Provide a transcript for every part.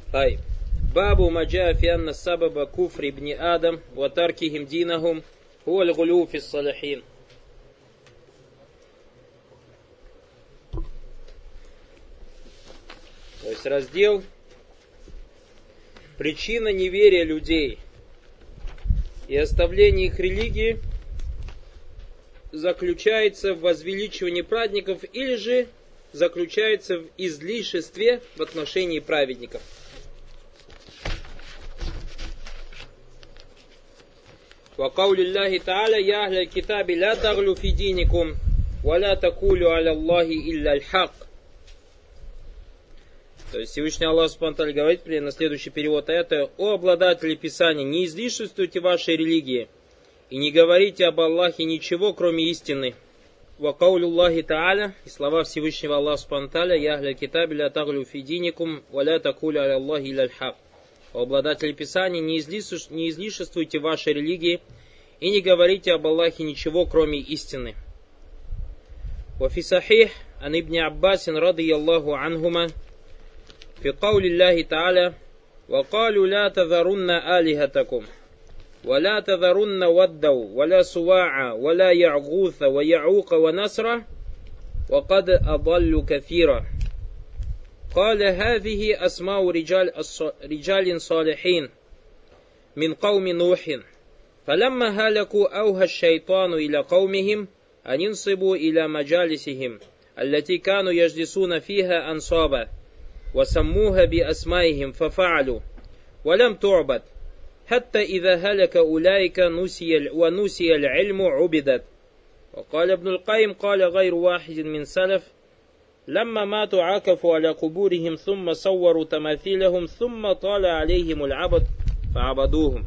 طيب. باب ما جاء في أن سبب كفر ابن آدم وتركهم دينهم هو الغلو في الصالحين. То есть раздел «Причина неверия людей и оставления их религии» заключается в возвеличивании праведников или же заключается в излишестве в отношении праведников. وقول الله تعالى يا أهل الكتاب لا تغلوا في دينكم ولا تقولوا على الله إلا الحق. То есть Всевышний Аллах Субхану ва Тааля говорит, на следующий перевод аята: «О обладатели Писания, не излишествуйте вашей религии и не говорите об Аллахе ничего, кроме истины». وقول الله تعالى, и слова Всевышнего Аллаха Субхану ва Тааля: «Я ахля китаби ля таглю фи диникум ва ля такулю аля Аллахи илля аль-хак». О обладатели Писания, не излишествуйте вашей религии и не говорите об Аллахе ничего, кроме истины. وفي صحيح عن ابن عباس رضي الله عنهما في قول الله تعالى وقالوا لا تذرن آلهتكم ولا تذرن ودا ولا سواعا ولا يعغوث ويعوق ونسرا وقد أضلوا كثيرا. قال هذه أسماء رجال صالحين من قوم نوح فلما هلكوا أوهى الشيطان إلى قومهم أن ينصبوا إلى مجالسهم التي كانوا يجلسون فيها أنصابا وسموها بأسمائهم ففعلوا ولم تعبد حتى إذا هلك أولئك ونسي العلم عبدت. وقال ابن القيم قال غير واحد من سلف لما ماتوا عكفوا على قبورهم ثم صوروا تماثيلهم ثم طال عليهم العبد فعبدوهم.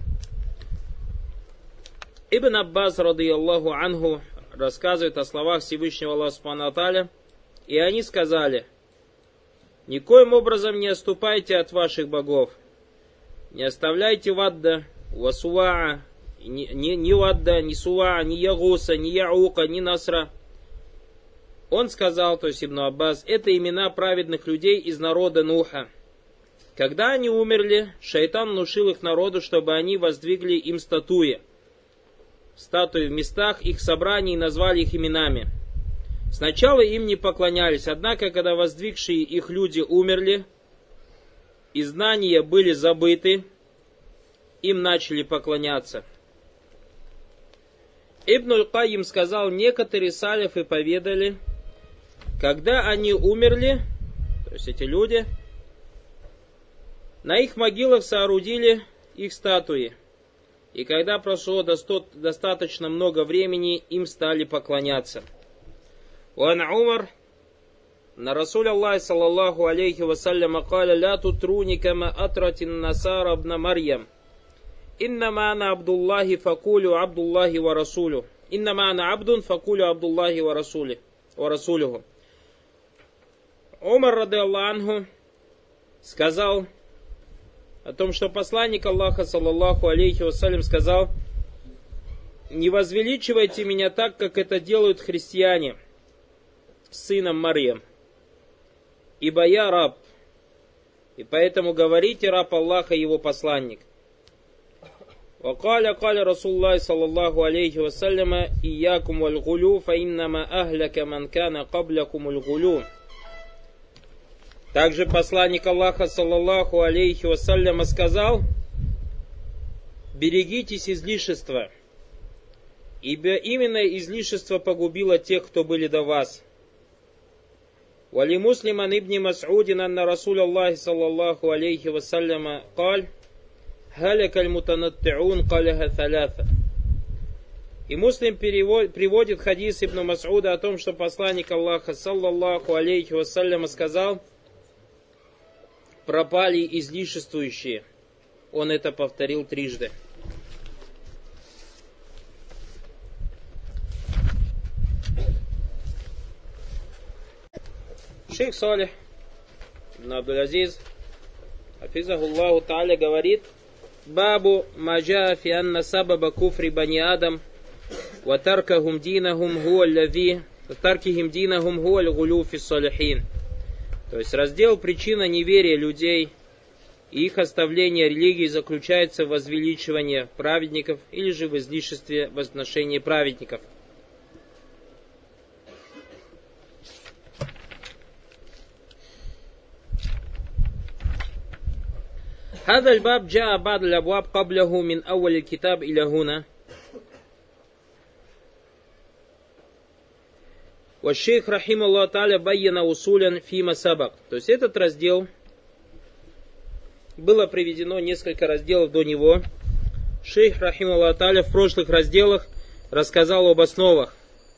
Ибн Аббас, радийаллаху анху, рассказывает о словах Всевышнего Аллаха Субхану ва Тааля, и они сказали: «Никоим образом не отступайте от ваших богов, не оставляйте Вадда, Васуаа, ни Вадда, ни Суаа, ни Ягуса, ни Яука, ни Насра». Он сказал, то есть Ибн Аббас, это имена праведных людей из народа Нуха. Когда они умерли, шайтан внушил их народу, чтобы они воздвигли им статуи в местах их собраний и назвали их именами. Сначала им не поклонялись, однако, когда воздвигшие их люди умерли, и знания были забыты, им начали поклоняться. Ибн аль-Кайим сказал, некоторые салифы поведали, когда они умерли, то есть эти люди, на их могилах соорудили их статуи. И когда прошло достаточно много времени, им стали поклоняться. وعن عمر أن رسول الله صلى الله عليه وسلم قال لا تطروني كما أطرت النصارى ابن مريم إنما أنا عبد الله فقولوا عبد الله ورسوله إنما أنا عبد فقولوا عبد الله ورسوله. Умар, радийаллаху анху, сказал о том, что посланник Аллаха, саллаллаху алейхи вассалям, сказал: «Не возвеличивайте меня так, как это делают христиане с сыном Марьям, ибо я раб, и поэтому говорите раб Аллаха и его посланник». وقال رسول الله صلى الله عليه وسلم إياكم والغلو فإنما أهلك من كان قبلكم الغلو. Также посланник Аллаха, саллаллаху алейхи вассаляма, сказал: «Берегитесь излишества, ибо именно излишество погубило тех, кто были до вас». Вали муслиман ибн Мас'удин анна Расуль Аллахи, саллаллаху алейхи вассаляма, قال: «Халяка аль-мутанатти'ун каляха талята». И Муслим приводит хадис ибн Мас'уда о том, что посланник Аллаха, саллаллаху алейхи вассаляма, сказал: «Пропали излишествующие». Он это повторил трижды. Шейх Салих ибн Абдул-Азиз хафизахуллаху тааля говорит: «Бабу маджа фи анна сабаба куфри бани Адам ва таркахум динахум хуа аль-гулю фи салихин». То есть раздел «Причина неверия людей И их оставление религии заключается в возвеличивании праведников или же в излишестве в отношении праведников. هذا الباب جاء بعض الأبواب قبله من أول الكتاب إلى هنا. والشيخ رحمه الله تعالى بين أصولا فيما سبق. То есть этот раздел, было приведено несколько разделов до него. Шейх рахимаху Аллах тааля в прошлых разделах рассказал об основах.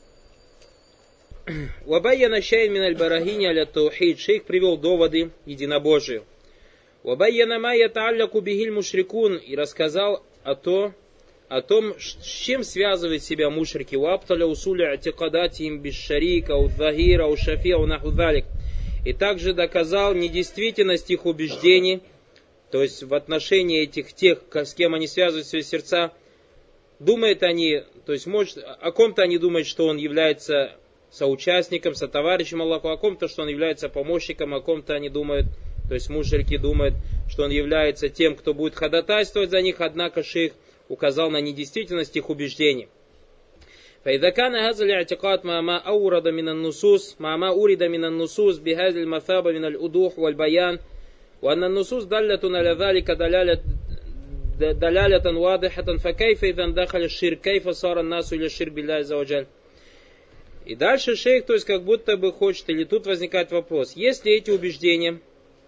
Вабайяна шайн мин аль-барахини аля таухид. Шейх привел доводы единобожию. Вабайяна ма ятаалляку бихиль мушрикун. И рассказал о том, с чем связывает себя мушрики. Вапталя усуля атикадатим бишшарика, удзахира, ушафия, унахудалик. И также доказал недействительность их убеждений, то есть в отношении тех, с кем они связывают свои сердца. Думают они, то есть может, о ком-то они думают, что он является соучастником, сотоварищем Аллаху, о ком-то, что он является помощником, о ком-то они думают, то есть мушрики думают, что он является тем, кто будет ходатайствовать за них, однако шейх указал на недействительность их убеждений. فإذا كان هذا الاعتقاد ما أورد من النصوص ما أورد من النصوص بهذه المثابة من الوضوح والبيان وأن النصوص دالة على ذلك دلالة واضحة فكيف إذا دخل الشرك كيف صار الناس إلى الشرك بالله عز وجل. И дальше шейх, то есть как будто бы хочет, или тут возникает вопрос, если эти убеждения,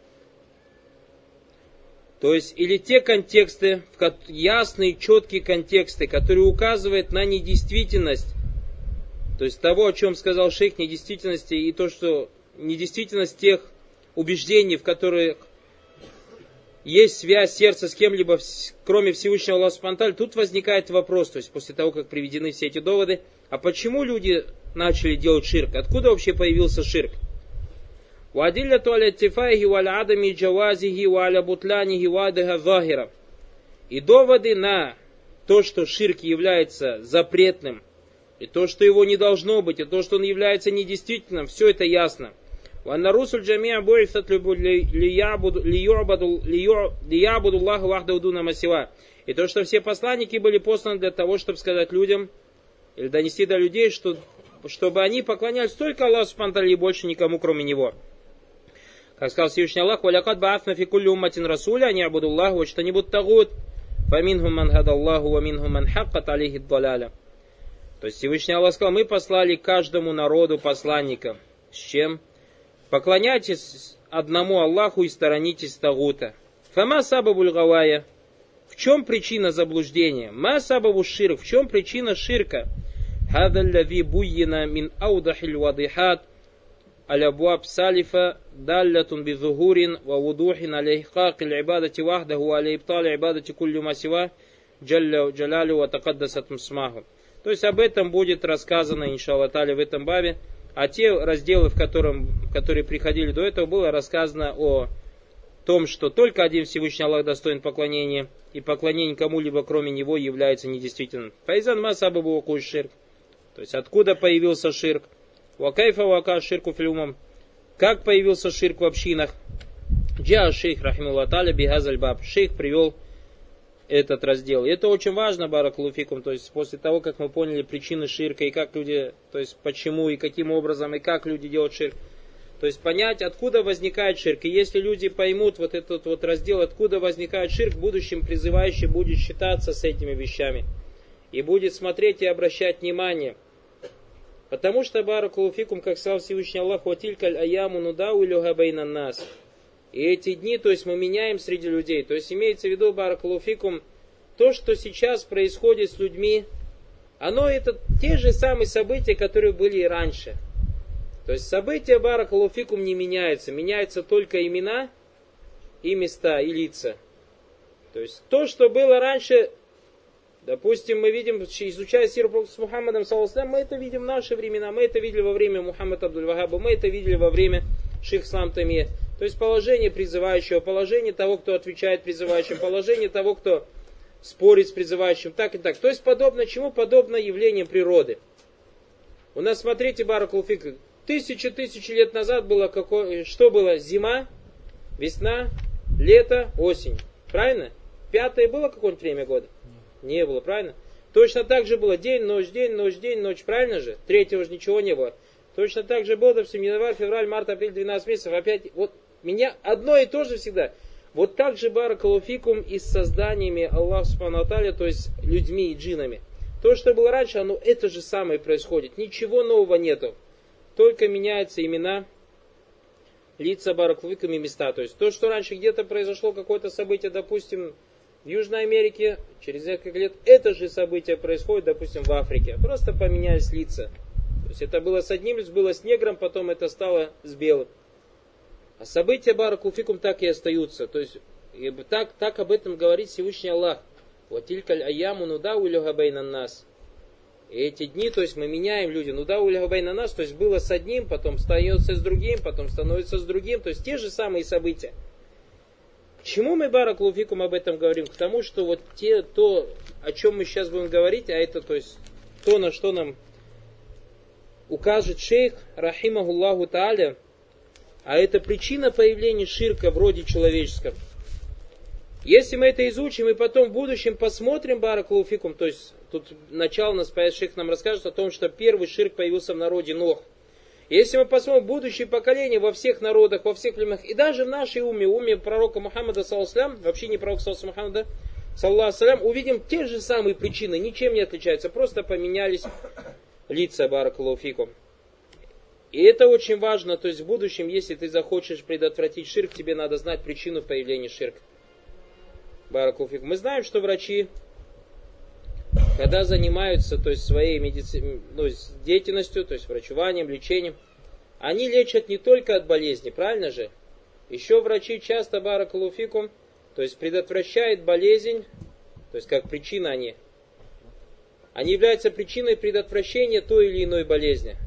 то есть или те контексты, ясные, четкие контексты, которые указывают на недействительность, то есть того, о чем сказал шейх, недействительности, и то, что недействительность тех убеждений, в которых есть связь сердца с кем-либо, кроме Всевышнего Аллаха Субхану ва Тааля, тут возникает вопрос, то есть после того, как приведены все эти доводы, а почему люди начали делать ширк? Откуда вообще появился ширк? وَأَدِلَّةُ عَلَى اتِّفَاقِهِ وَعَلَى عَدَمِ جَوَازِهِ وَعَلَى بُطْلَانِهِ وَعَدَهَا ظَاهِرًا. И доводы на то, что ширк является запретным, и то, что его не должно быть, и то, что он является недействительным, все это ясно. وَأَنَّ الرُّسُلَ جَمِيعًا بُعِثَتْ لِيَعْبُدُوا اللَّهَ وَحْدَهُ دُونَ مَا سِوَاهُ. И то, что все посланники были посланы для того, чтобы сказать людям, или донести до людей, чтобы они поклонялись только Аллаху Субхану ва Тааля и больше никому, кроме Него. Как сказал Всевышний Аллах, وَلَقَدْ بَعَثْنَا فِي كُلِّ أُمَّةٍ رَسُولًا أَنِ اعْبُدُوا اللَّهَ وَاجْتَنِبُوا الطَّاغُوتَ فَمِنْهُمْ مَنْ هَدَى اللَّهُ وَمِنْهُمْ مَنْ حَقَّتْ عَلَيْهِ الضَّلَالَةُ. То есть Всевышний Аллах сказал, мы послали каждому народу посланника. С чем? Поклоняйтесь одному Аллаху и сторонитесь тагута. Фама сабабуль гавая. В чем причина заблуждения? Ма сабабу ширк. В чем причина ширка? Хада лави буйина мин аудахиль вадихат аль-абуаб салифа даллятун бидзухурин ва вудухин алейхак аль-ибадати вахдаху алейбтали ибадати кулли масива джалля джалалю ва такаддасат мсмаху. То есть об этом будет рассказано, иншаллах та'аля, в этом бабе. А те разделы, которые приходили до этого, было рассказано о том, что только один Всевышний Аллах достоин поклонения, и поклонение кому-либо кроме Него является недействительным. Файзан ма сабабу ваку ширк. То есть откуда появился ширк? Вакайфа вака ширку филумам. Как появился ширк в общинах? Джа шейх рахимаху тааля бихазаль баб. Шейх привел этот раздел. И это очень важно, баракаллаху фикум, то есть после того, как мы поняли причины ширка, и как люди, то есть почему, и каким образом, и как люди делают ширк. То есть понять, откуда возникает ширк. И если люди поймут вот этот вот раздел, откуда возникает ширк, в будущем призывающий будет считаться с этими вещами. И будет смотреть и обращать внимание. Потому что, баракаллаху фикум, как сказал Всевышний Аллах, «Ватилькаль аяму нудауилюха байнан нас». И эти дни, то есть мы меняем среди людей. То есть имеется в виду, баракаллаху фикум, то, что сейчас происходит с людьми, оно это те же самые события, которые были и раньше. То есть события, баракаллаху фикум, не меняются. Меняются только имена и места, и лица. То есть то, что было раньше, допустим, мы видим, изучая сиру с Мухаммадом, мы это видим в наши времена, мы это видели во время Мухаммада Абдуль-Вахаба, мы это видели во время Шейх Ислам Таймия. То есть положение призывающего, положение того, кто отвечает призывающим, положение того, кто спорит с призывающим, так и так. То есть подобно чему? Подобно явлениям природы. У нас, смотрите, баракаллаху фик, тысячи лет назад было что было? Зима, весна, лето, осень. Правильно? 5 было какое-нибудь время года? Не было, правильно? Точно так же было день, ночь, день, ночь, день, ночь, правильно же? 3-го же ничего не было. Точно так же было, допустим, январь, февраль, март, апрель, 12 месяцев. Опять, вот меня одно и то же всегда. Вот так же баракаллаху фикум и с созданиями Аллаха субхану ва тааля, то есть людьми и джиннами. То, что было раньше, оно это же самое происходит. Ничего нового нету. Только меняются имена, лица баракаллаху фикум и места. То есть то, что раньше где-то произошло какое-то событие, допустим, в Южной Америке, через несколько лет это же событие происходит, допустим, в Африке. Просто поменялись лица. То есть это было с одним, было с негром, потом это стало с белым. А события баракаллаху фикум так и остаются. То есть так об этом говорит Всевышний Аллах. Вот тилькаль айяму нудауилюха байнан нас. И эти дни, то есть мы меняем люди, нудауилюха байнан нас, то есть было с одним, потом становится с другим, потом становится с другим. То есть те же самые события. К чему мы баракаллаху фикум об этом говорим? К тому, что вот то, о чем мы сейчас будем говорить, а это то есть то, на что нам укажет шейх, рахимахуллаху тааля, а это причина появления ширка в роде человеческом. Если мы это изучим и потом в будущем посмотрим баракаллаху фикум, то есть тут начало нас шейх нам расскажет о том, что первый ширк появился в народе Нох. Если мы посмотрим будущее поколение во всех народах, во всех племенах, и даже в нашей уме пророка Мухаммада, саллаллаху, вообще не пророк Мухаммада, саллаллаху, увидим те же самые причины, ничем не отличаются, просто поменялись лица баракаллаху фикум. И это очень важно, то есть в будущем, если ты захочешь предотвратить ширк, тебе надо знать причину появления ширка. Баракаллаху фикум. Мы знаем, что врачи, когда занимаются то есть, своей деятельностью, то есть врачеванием, лечением, они лечат не только от болезни, правильно же? Еще врачи часто, баракаллаху фикум, то есть предотвращают болезнь, то есть как причина они являются причиной предотвращения той или иной болезни.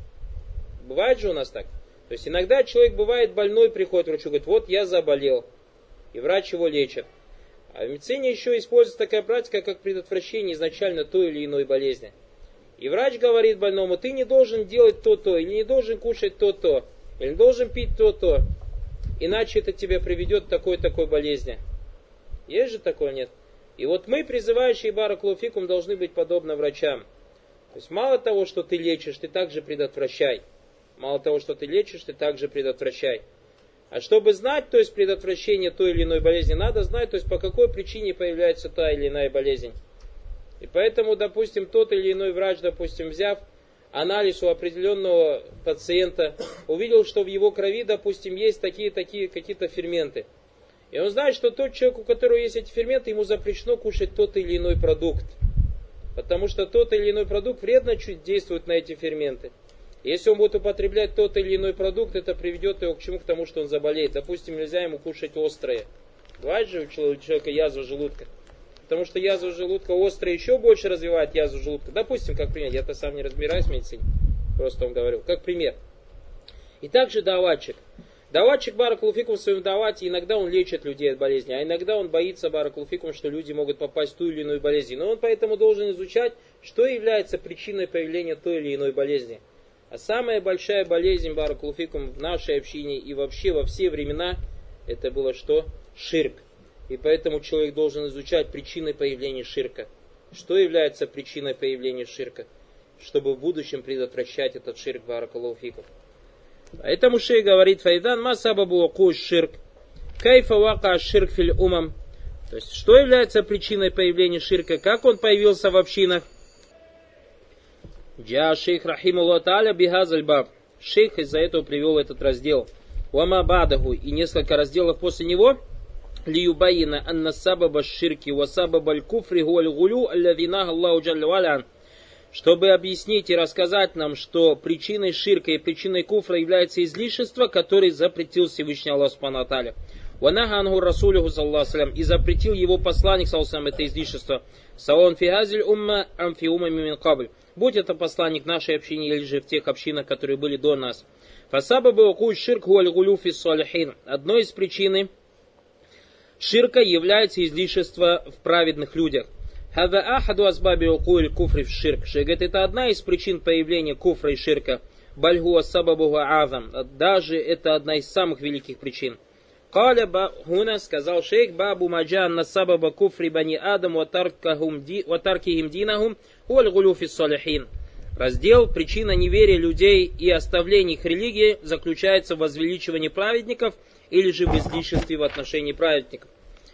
Бывает же у нас так. То есть иногда человек бывает больной, приходит к врачу, говорит, вот я заболел. И врач его лечит. А в медицине еще используется такая практика, как предотвращение изначально той или иной болезни. И врач говорит больному, ты не должен делать то-то, или не должен кушать то-то, или не должен пить то-то, иначе это тебя приведет к такой-такой болезни. Есть же такое, нет? И вот мы, призывающие баракаллаху фикум, должны быть подобны врачам. То есть мало того, что ты лечишь, ты также предотвращай. Мало того, что ты лечишь, ты также предотвращай. А чтобы знать, то есть предотвращение той или иной болезни, надо знать, то есть по какой причине появляется та или иная болезнь. И поэтому, допустим, тот или иной врач, допустим, взяв анализ у определенного пациента, увидел, что в его крови, допустим, есть такие какие-то ферменты. И он знает, что тот человек, у которого есть эти ферменты, ему запрещено кушать тот или иной продукт. Потому что тот или иной продукт вредно действует на эти ферменты. Если он будет употреблять тот или иной продукт, это приведет его к чему? К тому, что он заболеет. Допустим, нельзя ему кушать острое. Бывает же у человека язва желудка. Потому что язва желудка острая еще больше развивает язву желудка. Допустим, как пример. Я-то сам не разбираюсь в медицине. Просто вам говорю. Как пример. И также даватчик. Даватчик баракаллаху фикум в своем давате, иногда он лечит людей от болезни, а иногда он боится баракаллаху фикум, что люди могут попасть в ту или иную болезнь. Но он поэтому должен изучать, что является причиной появления той или иной болезни. А самая большая болезнь баракаллаху фикум в нашей общине и вообще во все времена, это было что? Ширк. И поэтому человек должен изучать причины появления ширка. Что является причиной появления ширка? Чтобы в будущем предотвращать этот ширк баракаллаху фикум. Поэтому шейх говорит, файдан ма сабабу ваку ширк, кайфа вака ширк филь умам. То есть, что является причиной появления ширка, как он появился в общинах? Джа шейх рахимуллах тааля бихазаль баб. Шейх из-за этого привел этот раздел. Вама бадаху, и несколько разделов после него. Лиюбаина анна сабаба ширки ва сабаба аль-куфри гуаль гулю аллавинах Аллаху джалля валян. Чтобы объяснить и рассказать нам, что причиной ширка и причиной куфра является излишество, которое запретил Всевышний Аллах субхану ва тааля. Ванаха ангу расулиху саллаллаху алейхи ва саллям, и запретил его посланник саллаллаху алейхи ва саллям это излишество. Саон фи газиль умма ам фи умами мин кабль. Будь это посланник нашей общины или же в тех общинах, которые были до нас. Фасабабу ваку ширк гуаль гулю фи салихин. Одной из причин ширка является излишество в праведных людях. Хада ахаду азбаби укуиль куфри в ширк. Шейх говорит, это одна из причин появления куфра и ширка. Бальгуа сабабуга азам. Даже это одна из самых великих причин. Каля хуна, сказал шейх, бабу маджан на сабаба куфри бани адам ва таркихим динахум уаль гулюфи салихин. Раздел «Причина неверия людей и оставления их религии» заключается в возвеличивании праведников или же в излишестве в отношении праведников.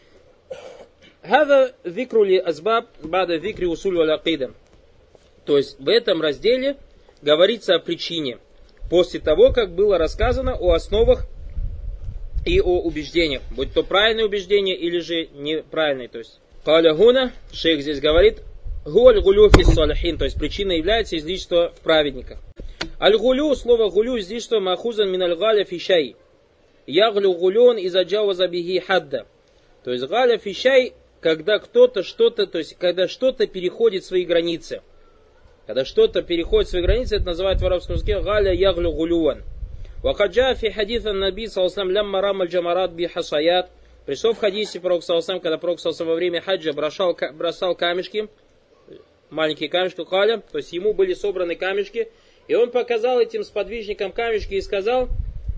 Хаза викрули азбаб бада викри усуль валь акида. То есть в этом разделе говорится о причине, после того, как было рассказано о основах и о убеждениях, будь то правильные убеждения или же неправильные. То есть, каля гуна, шейх здесь говорит, гуль-гулю фис салихин, то есть причина является излишество в праведниках. Аль-гулю, слово гулю, излишество махузан мин аль-галя фишай. Яглю гулюн иза джаваза бихи хадда. То есть галя фишай, когда кто-то что-то, то есть когда что-то переходит свои границы. Когда что-то переходит свои границы, это называют в арабском языке галя яглю гулюан. Вахаджа фи хадиса наби саллаллаху лямма рамаль джамарат би хасаят. Пришел в хадисе пророк саллаллаху, когда пророк саллаллаху во время хаджа бросал камешки, маленькие камешки, халя, то есть ему были собраны камешки, и он показал этим сподвижникам камешки и сказал: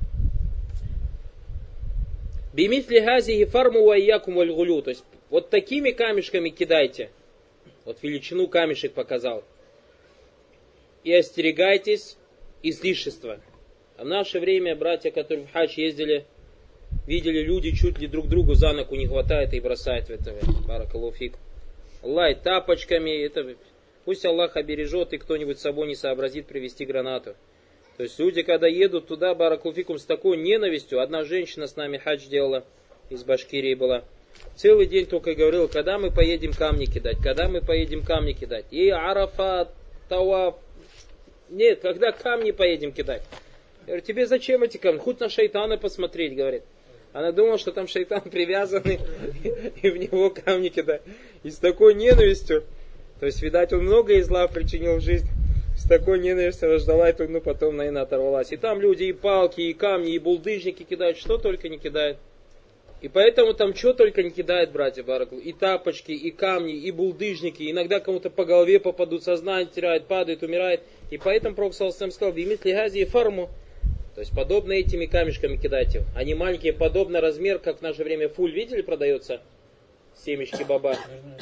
бимисли хазихи фарму вайякум валь гулю, то есть вот такими камешками кидайте. Вот величину камешек показал. И остерегайтесь излишества. А в наше время братья, которые в хадж ездили, видели, люди чуть ли друг другу за ногу не хватает и бросает в это. Баракаллаху фик. Аллах, тапочками, это, пусть Аллах обережет и кто-нибудь с собой не сообразит привезти гранату. То есть люди, когда едут туда, баракаллаху фикум, с такой ненавистью, одна женщина с нами хадж делала, из Башкирии была, целый день только говорила, когда мы поедем камни кидать, когда мы поедем камни кидать. И Арафат, Тауаф, нет, когда камни поедем кидать. Я говорю, тебе зачем эти камни? Хоть на шайтана посмотреть, говорит. Она думала, что там шайтан привязанный, и в него камни кидать. И с такой ненавистью, то есть, видать, он много из зла причинил в жизнь, с такой ненавистью она ждала, и ну, потом, наверное, оторвалась. И там люди и палки, и камни, и булдыжники кидают, что только не кидают. И поэтому там что только не кидают, братья Баракл. И тапочки, и камни, и булдыжники. Иногда кому-то по голове попадут, сознание теряют, падают, умирают. И поэтому пророк саллаллаху алейхи ва саллям сказал: «Бимисли хази и фарму». То есть подобно этими камешками кидайте. Они маленькие, подобно размер, как в наше время фуль, видели, продается? Семечки баба.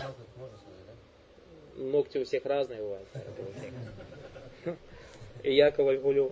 Ногти у всех разные бывают. И Якова Гулю.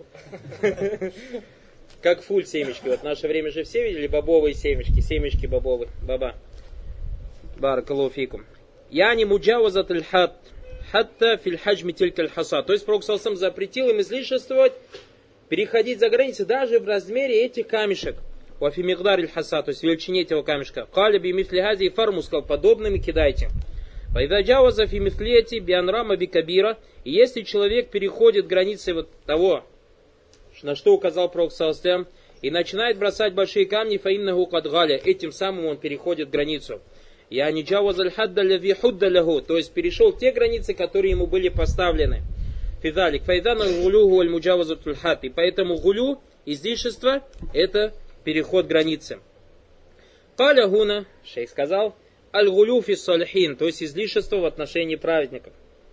Как фуль семечки. Вот в наше время же все видели бобовые семечки. Семечки бобовые. Баба. Баракаллаху фикум. Яни муджавазат аль-хад. Хатта филь хаджми тилька аль-хаса. То есть пророк саллаллаху алейхи ва саллям запретил им излишествовать, переходить за границы даже в размере этих камешек. Вафи мигдар аль-хаса, то есть в величине этого камешка. Каля би мифли хази и фарму, сказал, подобными кидайте. Вайдаджаваза фи мифлети бианрама би кабира. И если человек переходит границы вот того, на что указал пророк саллаллаху алейхи ва саллям, и начинает бросать большие камни, фаиннаху кадгаля, этим самым он переходит границу. Я не джаваз аль-хадда лави худда лаху, то есть перешел те границы, которые ему были поставлены. Фидалик, файдана гулю аль муджавазатуль хад. И поэтому гулю, излишество, это переход границы. Каля гуна, шейх сказал, аль-гулю фис салихин, то есть излишество в отношении праведников.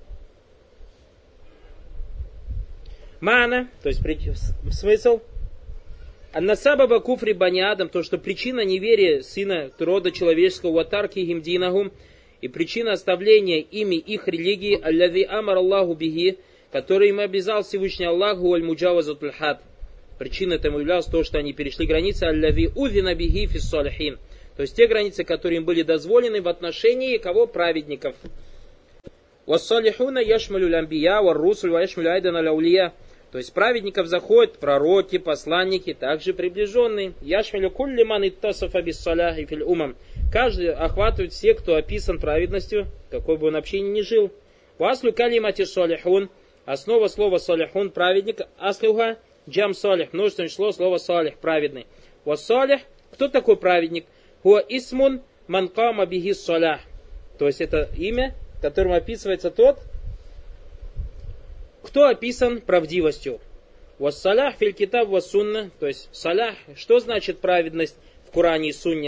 Мана, то есть смысл. Аннасабаба куфри бани адам, то что причина неверия сына рода человеческого, ватарки гимдинахум, и причина оставления ими их религии, аллави амар Аллаху бихи, который им обязал Всевышний Аллаху аль-муджавазатуль хад. Причиной этому являлось то, что они перешли границы аллави увина бихи фис салихин, то есть те границы, которые им были дозволены в отношении кого? Праведников. Вассалихуна яшмалю лямбия, варрусуль ваяшмалю айдан аляулия. То есть праведников заходят пророки, посланники, также приближенные. Яшмалю кулли ман иттасафа биссаляхи фил умам. Каждый охватывает все, кто описан праведностью, какой бы он общине ни жил. Васлю калимати салихун. Основа слова салихун, праведник. Аслюха джам салих. Множественное число слова салих, праведный. Вассалих. Кто такой праведник? Хуа исмун манкама бихи салях. То есть это имя, которым описывается тот, кто описан правдивостью. Вассалях филь китаб вассунна. То есть салях. Что значит праведность в Коране и Сунне?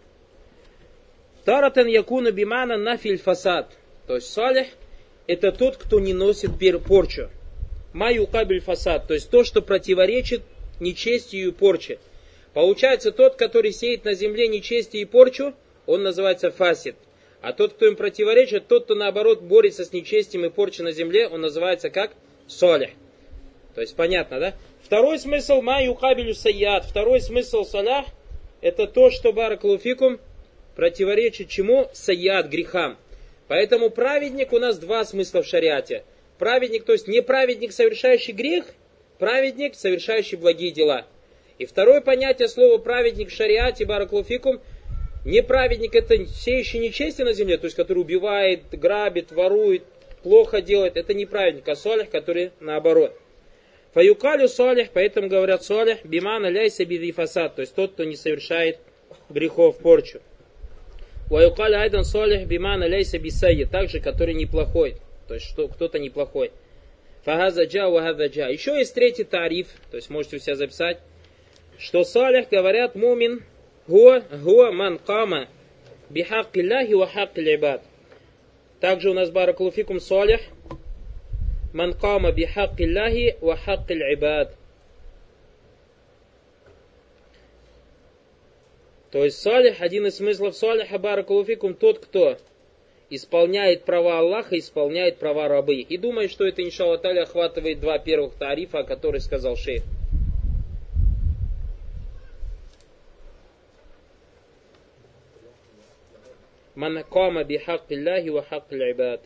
Таратан якуна бимана нафиль фасад. То есть салих это тот, кто не носит порчу. Маю кабель фасад. То есть то, что противоречит нечестию и порче. Получается, тот, который сеет на земле нечестие и порчу, он называется фасид. А тот, кто им противоречит, тот, кто наоборот борется с нечестием и порчей на земле, он называется как солих. То есть понятно, да? Второй смысл ма юкабилю сайят. Второй смысл салях это то, что баракалуфикум противоречит чему? Сайят, грехам. Поэтому праведник у нас два смысла в шариате. Праведник, то есть не праведник, совершающий грех, праведник, совершающий благие дела. И второе понятие слова праведник в шариате, баракалуфикум, не праведник это сеющий нечестие на земле, то есть который убивает, грабит, ворует, плохо делает, это не праведник, а солих, который наоборот. Фаюкалю солих, поэтому говорят солих, бимана ляйса биди фасад, то есть тот, кто не совершает грехов, порчу. Ваюкалю айдан солих, бимана ляйса бисайи, также который неплохой, то есть что кто-то неплохой. Фагазаджа вагазаджа. Еще есть третий тариф, то есть можете у себя записать, что солих говорят мумин, хуа ман кама бихакки Аллахи ва хакки ибад. Также у нас баракалуфикум солих, ман кама бихакки Аллахи ва хакки ибад. То есть салих, один из смыслов салиха баракалуфикум, тот, кто исполняет права Аллаха, исполняет права рабы. И думаю, что это, иншаллах та'аля, охватывает два первых тарифа, о которых сказал шейх. Ман кама бихакки Аллахи ва хакки ибад.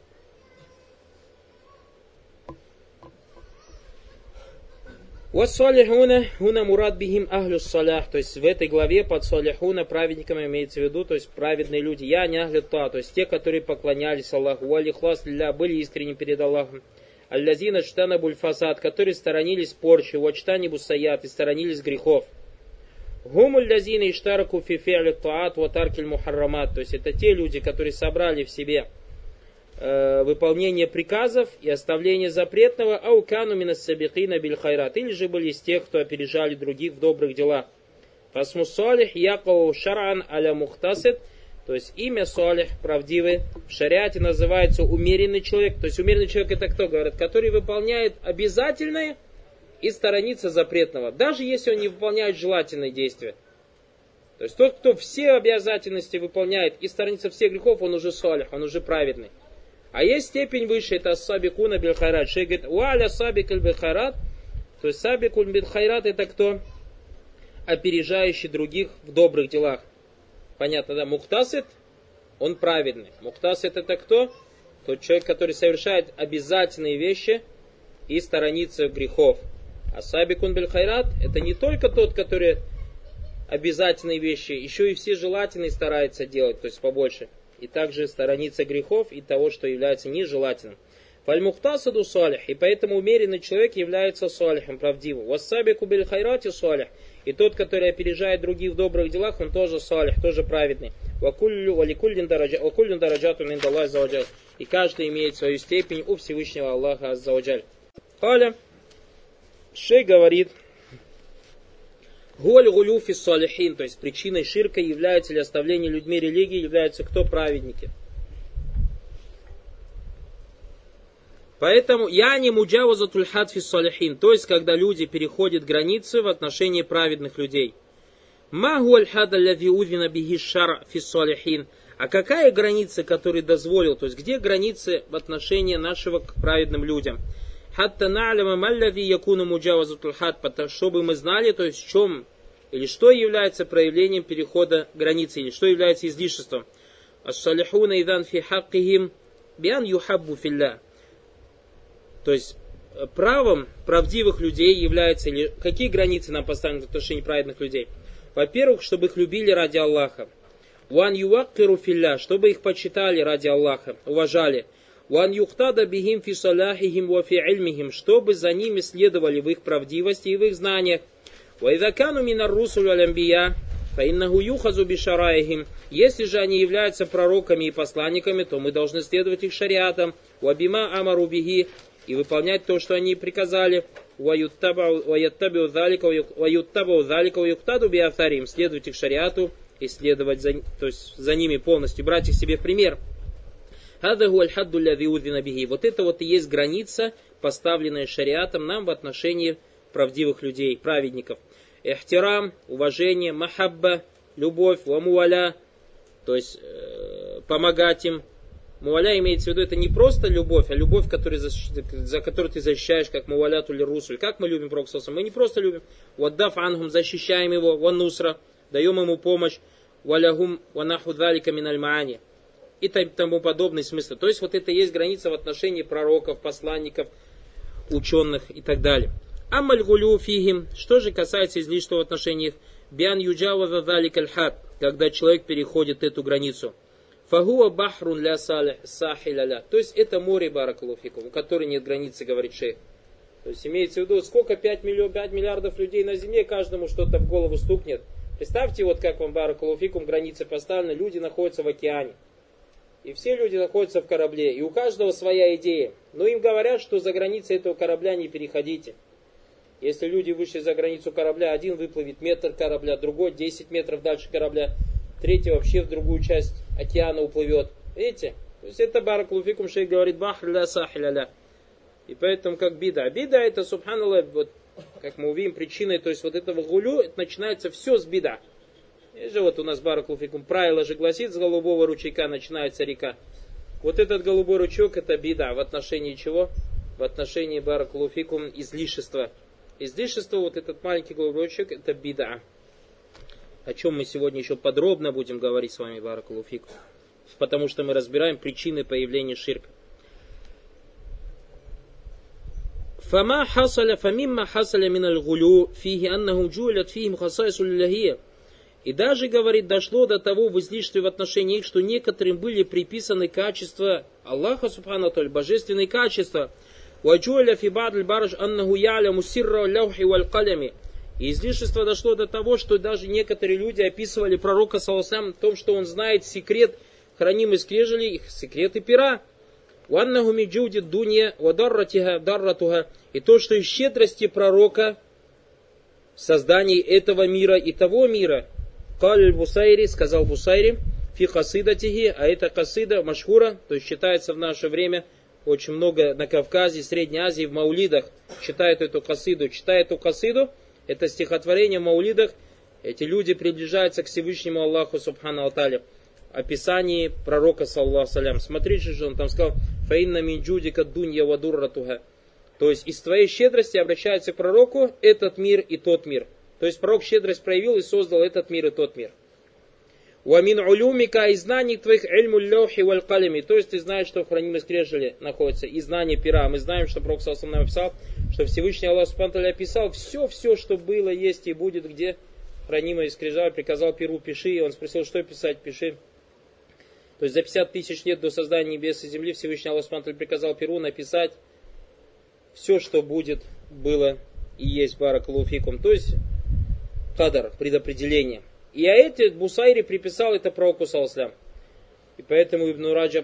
Вассалихуна хуна мурад бихим ахлю салях. То есть в этой главе под салихуна праведниками имеется в виду, то есть праведные люди. Я не ахлю та, то есть те, которые поклонялись Аллаху. Валихлас лилля, были искренни перед Аллахом. Аллазина чтанабуль фасад, которые сторонились порчи. Вачтанибу саят, и сторонились грехов. Гумуль лазина иштараку фи фи'ли таат ва таркиль мухаррамат. То есть это те люди, которые собрали в себе выполнение приказов и оставление запретного, аукану минас сабикина биль хайрат, или же были из тех, кто опережали других в добрых делах. Фасму салих якау шар'ан аля мухтасид, то есть имя салих, правдивый, в шариате называется умеренный человек. То есть умеренный человек это кто, говорят, который выполняет обязательное и сторонится запретного, даже если он не выполняет желательные действия. То есть тот, кто все обязательности выполняет и сторонится всех грехов, он уже салих, он уже праведный. А есть степень выше, это сабикуна биль хайрат. Шейх говорит, уаля сабик биль хайрат. То есть сабикун биль хайрат это кто? Опережающий других в добрых делах. Понятно, да? Мухтасид, он праведный. Мухтасид это кто? Тот человек, который совершает обязательные вещи и сторонится грехов. А сабикун биль хайрат это не только тот, который обязательные вещи, еще и все желательные старается делать, то есть побольше. И также сторониться грехов и того, что является нежелательным. Фаль-мухтасаду салих, и поэтому умеренный человек является салихом, правдивым. Вассабику биль хайрати салих, и тот, который опережает других в добрых делах, он тоже салих, тоже праведный. Вакуллин дараджату мин Аллахи аззаваджаль, и каждый имеет свою степень у Всевышнего Аллаха аззаваджаль. Халя, шейх говорит, гуль-гулюфи салихин, то есть причиной ширка является ли оставление людьми религии, являются кто? Праведники. Поэтому я не муджавазатуль хадфи салихин, то есть когда люди переходят границы в отношении праведных людей. Магуаль хад аллази удвина бихи шар фи салихин. А какая граница, которую дозволил, то есть где границы в отношении нашего к праведным людям? Хатта на'ляма маллази якуну муджавазатуль хад, чтобы мы знали, то есть в чем или что является проявлением перехода границы, или что является излишеством. Ас-салихуна идан фи хаккихим биан юхаббу филля. То есть правом правдивых людей является, или какие границы нам поставлены в отношении праведных людей? Во-первых, чтобы их любили ради Аллаха. Ван юваккиру филля, чтобы их почитали ради Аллаха, уважали. Ван юхтада бихим фи салахихим ва фи ильмихим, чтобы за ними следовали в их правдивости и в их знаниях. Ва идза кану минар русуль валь анбия фа иннаху юхазу би шараихим. Если же они являются пророками и посланниками, то мы должны следовать их шариатам. Ва бима амару бихи, и выполнять то, что они приказали. Ва яттабиу залика ва юктаду би афарим, следовать их шариату и следовать то есть за ними полностью, брать их себе в пример. Вот это вот и есть граница, поставленная шариатом нам в отношении правдивых людей, праведников. Ихтирам, уважение, махабба, любовь, ва муаля, то есть помогать им. Муаля имеется в виду, это не просто любовь, а любовь, за которую ты защищаешь, как муаляту или русуль. Как мы любим Пророка саллаллаху алейхи ва саллям? Мы не просто любим. Ваддаф анхум, защищаем его, ва нусра, даем ему помощь, валягум ванаху двалика миналь маани. И тому подобный смысл. То есть вот это есть граница в отношении пророков, посланников, ученых и так далее. Амаль гулю фихим, что же касается излишества в отношении их, биан юджава далик аль-хад, когда человек переходит эту границу. Фагуа бахрун ля сахиля. То есть это море, баракаллаху фикум, у которой нет границы, говорит шейх. То есть имеется в виду, сколько 5 миллиардов людей на земле, каждому что-то в голову стукнет. Представьте, вот как вам, баракаллаху фикум, границы поставлены, люди находятся в океане. И все люди находятся в корабле, и у каждого своя идея. Но им говорят, что за границей этого корабля не переходите. Если люди вышли за границу корабля, один выплывет метр корабля, другой 10 метров дальше корабля, третий вообще в другую часть океана уплывет. Видите? То есть это баракаллаху фикум, шейх говорит, бахр ля сахиля ля. И поэтому как бида. Бида это, субханаллах, вот, как мы увидим, причиной, то есть вот этого гулю, это начинается все с бида. И же вот у нас, баракаллаху фикум, правило же гласит, с голубого ручейка начинается река. Вот этот голубой ручеек это бида. В отношении чего? В отношении, баракаллаху фикум, излишества. Излишество, вот этот маленький голубой ручеек, это бида. О чем мы сегодня еще подробно будем говорить с вами, баракаллаху фикум. Потому что мы разбираем причины появления ширка. فما حصل فمما حصل من الغلو فيه أنه جعلت فيهم خصائص الإلهية. И даже, говорит, дошло до того в излишестве в отношении их, что некоторым были приписаны качества Аллаха субхану ва тааля, божественные качества. وَجُعْلَ فِي بَعْضِ الْبَرَجِ أَنَّهُ يَعْلَمُ سِرَّ اللَّوْحِ وَالْقَلَمِ. И излишество дошло до того, что даже некоторые люди описывали пророка саллаллаху алейхи ва саллям в том, что он знает секрет хранимой скрижали, секреты пера. وَأَنَّهُ مِنْ جُودِ الدُّنْيَا وَدَرَّتِهَا دَرَّتُهَا. И то, что из щедрости пророка в создании этого мира и того мира. Каль Бусайри, сказал Бусайри, фи касидатихи, а это касида машхура, то есть считается в наше время очень много на Кавказе, Средней Азии, в маулидах читают эту касиду. Читая эту касиду, это стихотворение в маулидах, эти люди приближаются к Всевышнему Аллаху субхану ва тааля. Описании пророка саллаллаху алейхи ва саллям. Смотрите, что он там сказал, фаинна мин джудика дунья ва дурратуха. То есть из твоей щедрости обращается к пророку этот мир и тот мир. То есть пророк щедрость проявил и создал этот мир и тот мир. Уамин улюмика, и знаний твоих эльму лёхи валь калими. То есть ты знаешь, что в хранимой скрижали находится, и знание пера. Мы знаем, что пророк саллаллаху алейхи ва саллям написал, что Всевышний Аллах субхану ва тааля описал все, что было, есть и будет, где хранимая скрижаль, приказал перу пиши, и он спросил, что писать, пиши. То есть за 50 тысяч лет до создания небес и земли Всевышний Аллах субхану ва тааля приказал перу написать все, что будет, было и есть, баракаллаху фикум. То есть кадар, предопределение. И эти Бусайри приписал это пророку саллаллаху алейхи ва саллям. И поэтому Ибн Раджаб,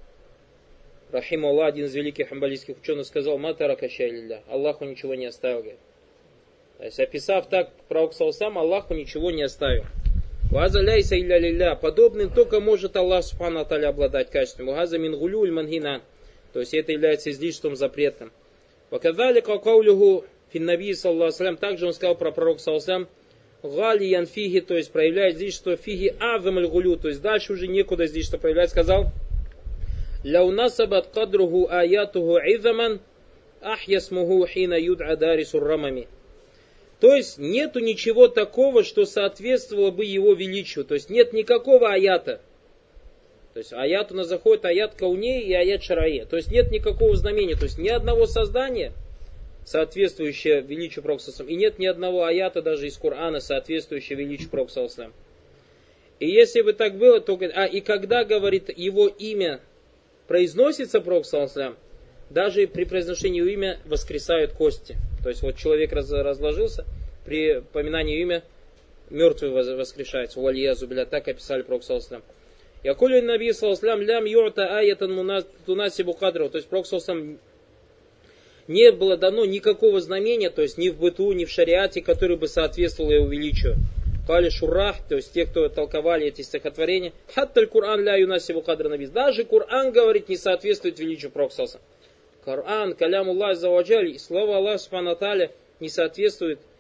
рахиму Аллах, один из великих хамбалийских ученых, сказал, матарака шайлилля, Аллаху ничего не оставил. Говорит. То есть описав так пророку саллаллаху алейхи ва саллям, Аллаху ничего не оставил. Ваза ляйса илля лилля, подобным только может Аллах субхану ва тааля обладать качеством. Ваза мин гулюль мангина. То есть это является излишеством запретным. Вакадалика каулюху финнаби саллаллаху алейхи ва саллям, также он сказал про пророка саллаллаху алейхи ва саллям, галиян фиги, то есть проявляет излишество фиги азам аль-гулю, то есть дальше уже некуда излишество проявлять, сказал, ляунасабат кадругу аятуху изаман ахьясмуху хина юд'a дарисур рамами. То есть нету ничего такого, что соответствовало бы его величию, то есть нет никакого аята. То есть аят у нас заходит аят кауней и аят шарае, то есть нет никакого знамения, то есть ни одного создания, соответствующее величию пророка саллаллаху алейхи ва саллям, и нет ни одного аята даже из Корана, соответствующего величию пророка саллаллаху алейхи ва саллям. И если бы так было, то... и когда, говорит, его имя произносится пророк саллаллаху алейхи ва саллям, даже при произношении его имя воскресают кости. То есть вот человек разложился, при поминании имя мертвый воскрешается. Уальязу билля, так описали пророк саллаллаху алейхи ва саллям. Якулю наби саллаллаху алейхи ва саллям лям ю'та аятан тунасибу кадру. То есть пророк саллаллаху алейхи ва саллям не было дано никакого знамения, то есть ни в быту, ни в шариате, который бы соответствовал его величию. Кали шурах, то есть те, кто толковали эти стихотворения, хатталь Кур'ан ля юнасибу кадра наби. Даже Кур'ан, говорит, не соответствует величию пророка саллаллаху алейхи ва саллям. Коран, калям Аллах азза ва джаль, слова Аллаха субхану ва тааля не соответствует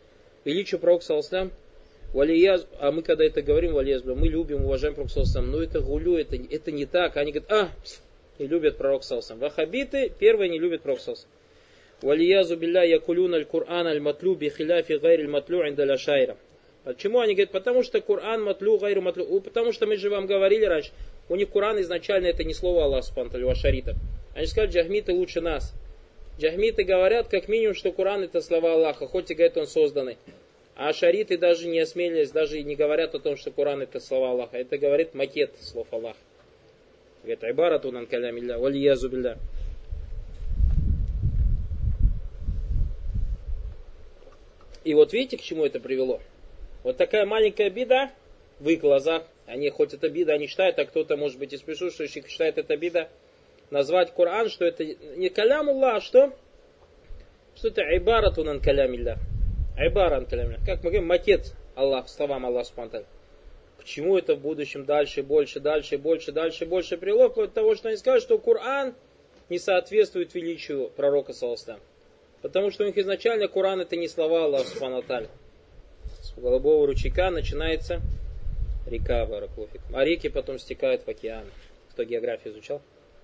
величию пророка саллаллаху алейхи, а мы когда это говорим, мы любим, уважаем пророка саллаллаху, но это гулю, это не так. Они говорят, и любят пророка саллаллаху. Вахабиты первые не любят пророка саллаллаху. Валиязу билля якулюн аль-Кур'ан аль-матлю бихиляфи гайр аль-матлю индаль ашайра. Почему они говорят? Потому что Кур'ан матлю гайру матлю. Потому что мы же вам говорили раньше, у них Кур'ан изначально это не слово Аллаха субхану ва тааля, у ашаритов. Они сказали, джахмиты лучше нас. Джахмиты говорят, как минимум, что Кур'ан это слова Аллаха, хоть и говорят, он созданный. А ашариты даже не осмелились, даже не говорят о том, что Кур'ан это слова Аллаха. Это говорит макет слов Аллаха. Говорит, айбарату нан калямилля, валиязу билля. И вот видите, к чему это привело? Вот такая маленькая бида в их глазах, они хоть это бида не считают, а кто-то, может быть, из присутствующих считает это бида, назвать Коран, что это не калям Аллах, что это айбарату нан калямилля. Айбаран калямилля. Как мы говорим, макет Аллах, словам Аллаха субхану ва тааля. К чему это в будущем дальше, больше привело? Вплоть до того, что они скажут, что Коран не соответствует величию пророка саллаллаху алейхи. Потому что у них изначально Коран это не слова Аллаха субхану ва тааля. С голубого ручейка начинается река Баракулуфик. А реки потом стекают в океан. Кто географию изучал?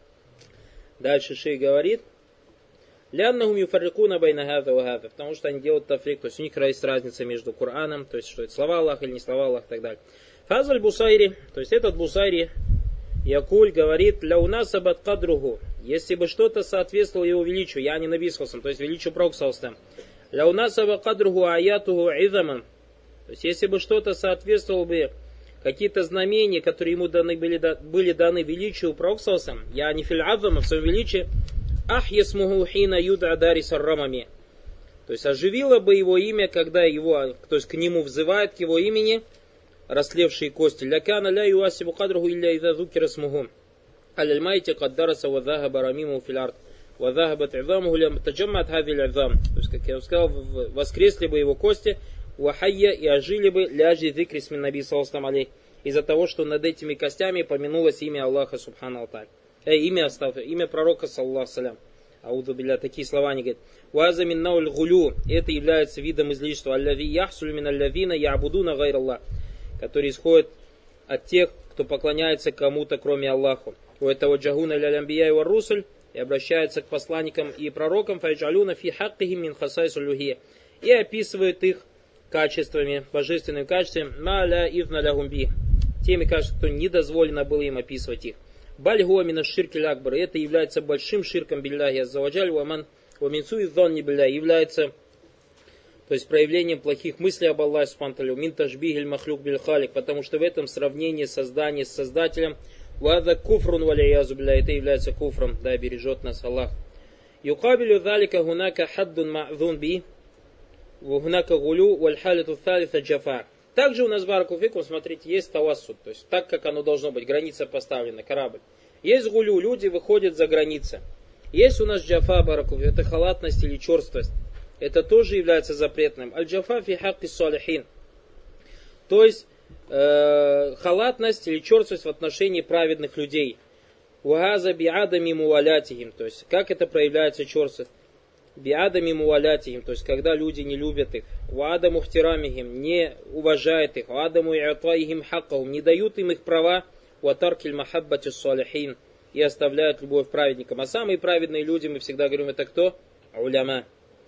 Дальше шейх говорит, ляннахум юфаррикуна байна хаза ва хаза, потому что они делают тафрик, то есть у них есть разница между Кораном, то есть что это слова Аллаха или не слова Аллаха и так далее. Фазаль Бусайри, то есть этот Бусайри, Якуль говорит, ля унасабат кадругу, если бы что-то соответствовало его величию, я не набисхосом, то есть величию пророка саллаллаху, ля унасабат кадругу аятуху изаман, то есть если бы что-то соответствовало бы какие-то знамения, которые ему были даны величию пророка саллаллаху, я не филь азама в своем величии, ахьясмуху хина юда дарис ар-рамами, то есть оживило бы его имя, когда его, то есть к нему взывает, к его имени, растлевшие кости. Лякана ля юасибу кадруху илля иза зукира смуху. Аль-майте каддараса ва захаба рамиму фил-ард. Ва захабат изамуху лям таджаммат хазиль изам. То есть, как я сказал, воскресли бы его кости, вахайя и ожили бы ляжи зикри смин наби саллаллаху алейхи. Из-за того, что над этими костями помянулось имя Аллаха субхану ва тааля. Имя пророка саллаллаху алейхи. Ауду билля, такие слова они говорят. Ваза мин науль гулю. Это является видом излишества. Аллави яхсуль мин аллавина яабудуна гайр Аллах, который исходит от тех, кто поклоняется кому-то, кроме Аллаху. У этого джагуна лялямбия и варрусуль, и обращается к посланникам и пророкам, файджалюна фи хаккихим мин хасайсу люхия, и описывает их качествами, божественными качествами, ма ля ивна лягумби, теми качествами, кто не дозволено было им описывать их. Бальгуа мина ширки лякбар, это является большим ширком билляхи аззаваджаль, ваман ваминцу и зонни билля, является, то есть проявлением плохих мыслей об Аллахе субхану ва тааля, мин ташбихиль махлюк биль халик, потому что в этом сравнении создания с Создателем, вада куфрун валиязу билля, это является куфром, да, бережет нас Аллах. Юкабилю залика гунака хаддун ма'зун би, гунака гулю валь халиту thalitha джафа. Также у нас баракулуфикум, смотрите, есть тавассут, то есть так, как оно должно быть, граница поставлена, корабль. Есть гулю, люди выходят за границы. Есть у нас джафа баракулуфикум, это халатность или черствость. Это тоже является запретным. Аль-джафа фи хакки салихин. То есть халатность или черствость в отношении праведных людей. Угаза биадами муалятихим. То есть как это проявляется черствость? Биадами муалятихим. То есть когда люди не любят их. Уада мухтирамихим. Не уважают их. Уада муиатаихим хаккахум. Не дают им их права. Уатаркиль махаббати салихин. И оставляют любовь праведникам. А самые праведные люди, мы всегда говорим, это кто? Уляма.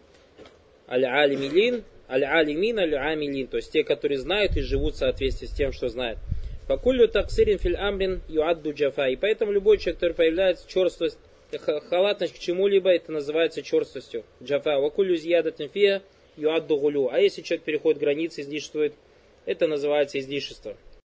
Аль-алимин, аль-амилин, то есть те, которые знают и живут в соответствии с тем, что знают. Факуллю таксирин фил амрин юадду джафа. И поэтому любой человек, который появляется черствость, халатность к чему-либо, это называется черствостью. Джафа. Вакуллю зиядатин фиа юадду гулю. А если человек переходит границы, излишествует, это называется излишество.